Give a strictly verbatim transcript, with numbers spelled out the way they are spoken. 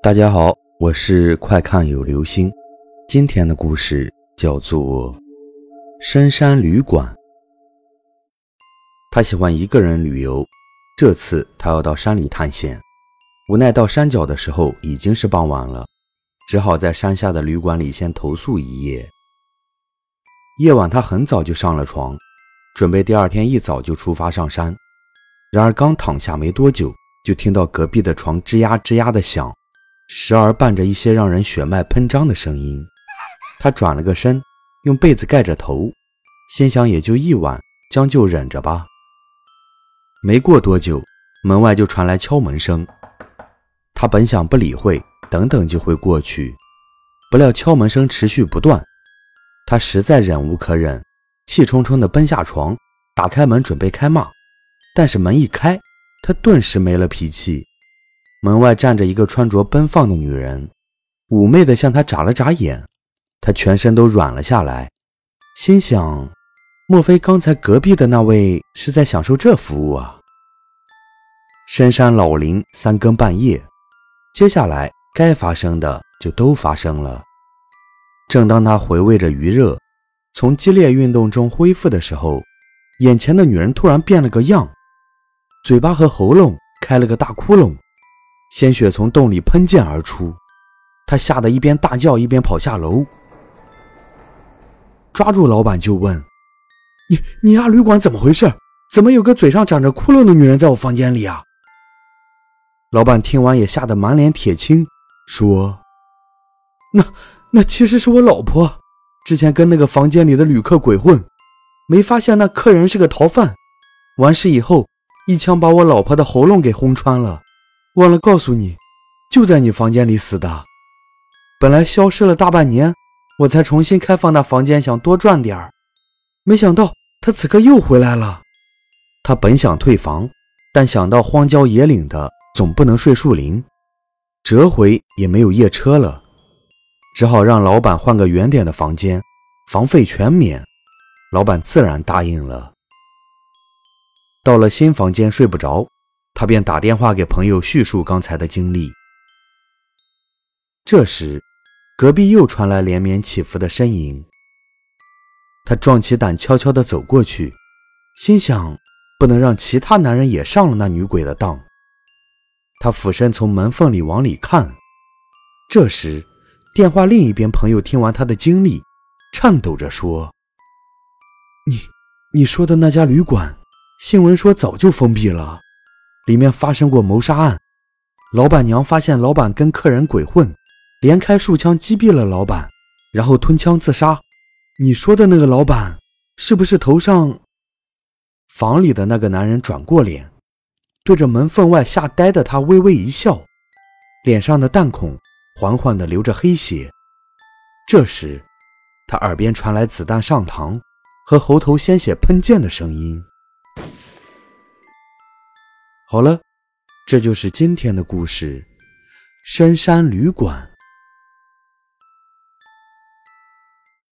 大家好，我是快看有流星。今天的故事叫做深山旅馆。他喜欢一个人旅游，这次他要到山里探险，无奈到山脚的时候已经是傍晚了，只好在山下的旅馆里先投宿一夜。夜晚他很早就上了床，准备第二天一早就出发上山。然而刚躺下没多久，就听到隔壁的床吱呀吱呀的响，时而伴着一些让人血脉喷张的声音。他转了个身，用被子盖着头，心想也就一晚，将就忍着吧。没过多久，门外就传来敲门声。他本想不理会，等等就会过去，不料敲门声持续不断。他实在忍无可忍，气冲冲地奔下床，打开门准备开骂，但是门一开，他顿时没了脾气。门外站着一个穿着奔放的女人，妩媚地向他眨了眨眼。他全身都软了下来，心想，莫非刚才隔壁的那位是在享受这服务啊？深山老林，三更半夜，接下来该发生的就都发生了。正当他回味着余热，从激烈运动中恢复的时候，眼前的女人突然变了个样，嘴巴和喉咙开了个大窟窿，鲜血从洞里喷溅而出。他吓得一边大叫一边跑下楼，抓住老板就问：你你家旅馆怎么回事？怎么有个嘴上长着窟窿的女人在我房间里啊？老板听完也吓得满脸铁青，说：那那其实是我老婆，之前跟那个房间里的旅客鬼混，没发现那客人是个逃犯，完事以后一枪把我老婆的喉咙给轰穿了，忘了告诉你，就在你房间里死的。本来消失了大半年，我才重新开放那房间，想多赚点儿，没想到他此刻又回来了。他本想退房，但想到荒郊野岭的，总不能睡树林，折回也没有夜车了，只好让老板换个远点的房间，房费全免。老板自然答应了。到了新房间睡不着，他便打电话给朋友叙述刚才的经历。这时隔壁又传来连绵起伏的呻吟。他壮起胆悄悄地走过去，心想不能让其他男人也上了那女鬼的当。他俯身从门缝里往里看，这时电话另一边朋友听完他的经历，颤抖着说：你你说的那家旅馆，新闻说早就封闭了，里面发生过谋杀案，老板娘发现老板跟客人鬼混，连开数枪击毙了老板，然后吞枪自杀。你说的那个老板是不是头上……房里的那个男人转过脸，对着门缝外吓呆的他微微一笑，脸上的弹孔缓缓地流着黑血。这时他耳边传来子弹上膛和喉头鲜血喷溅的声音。好了，这就是今天的故事，深山旅馆。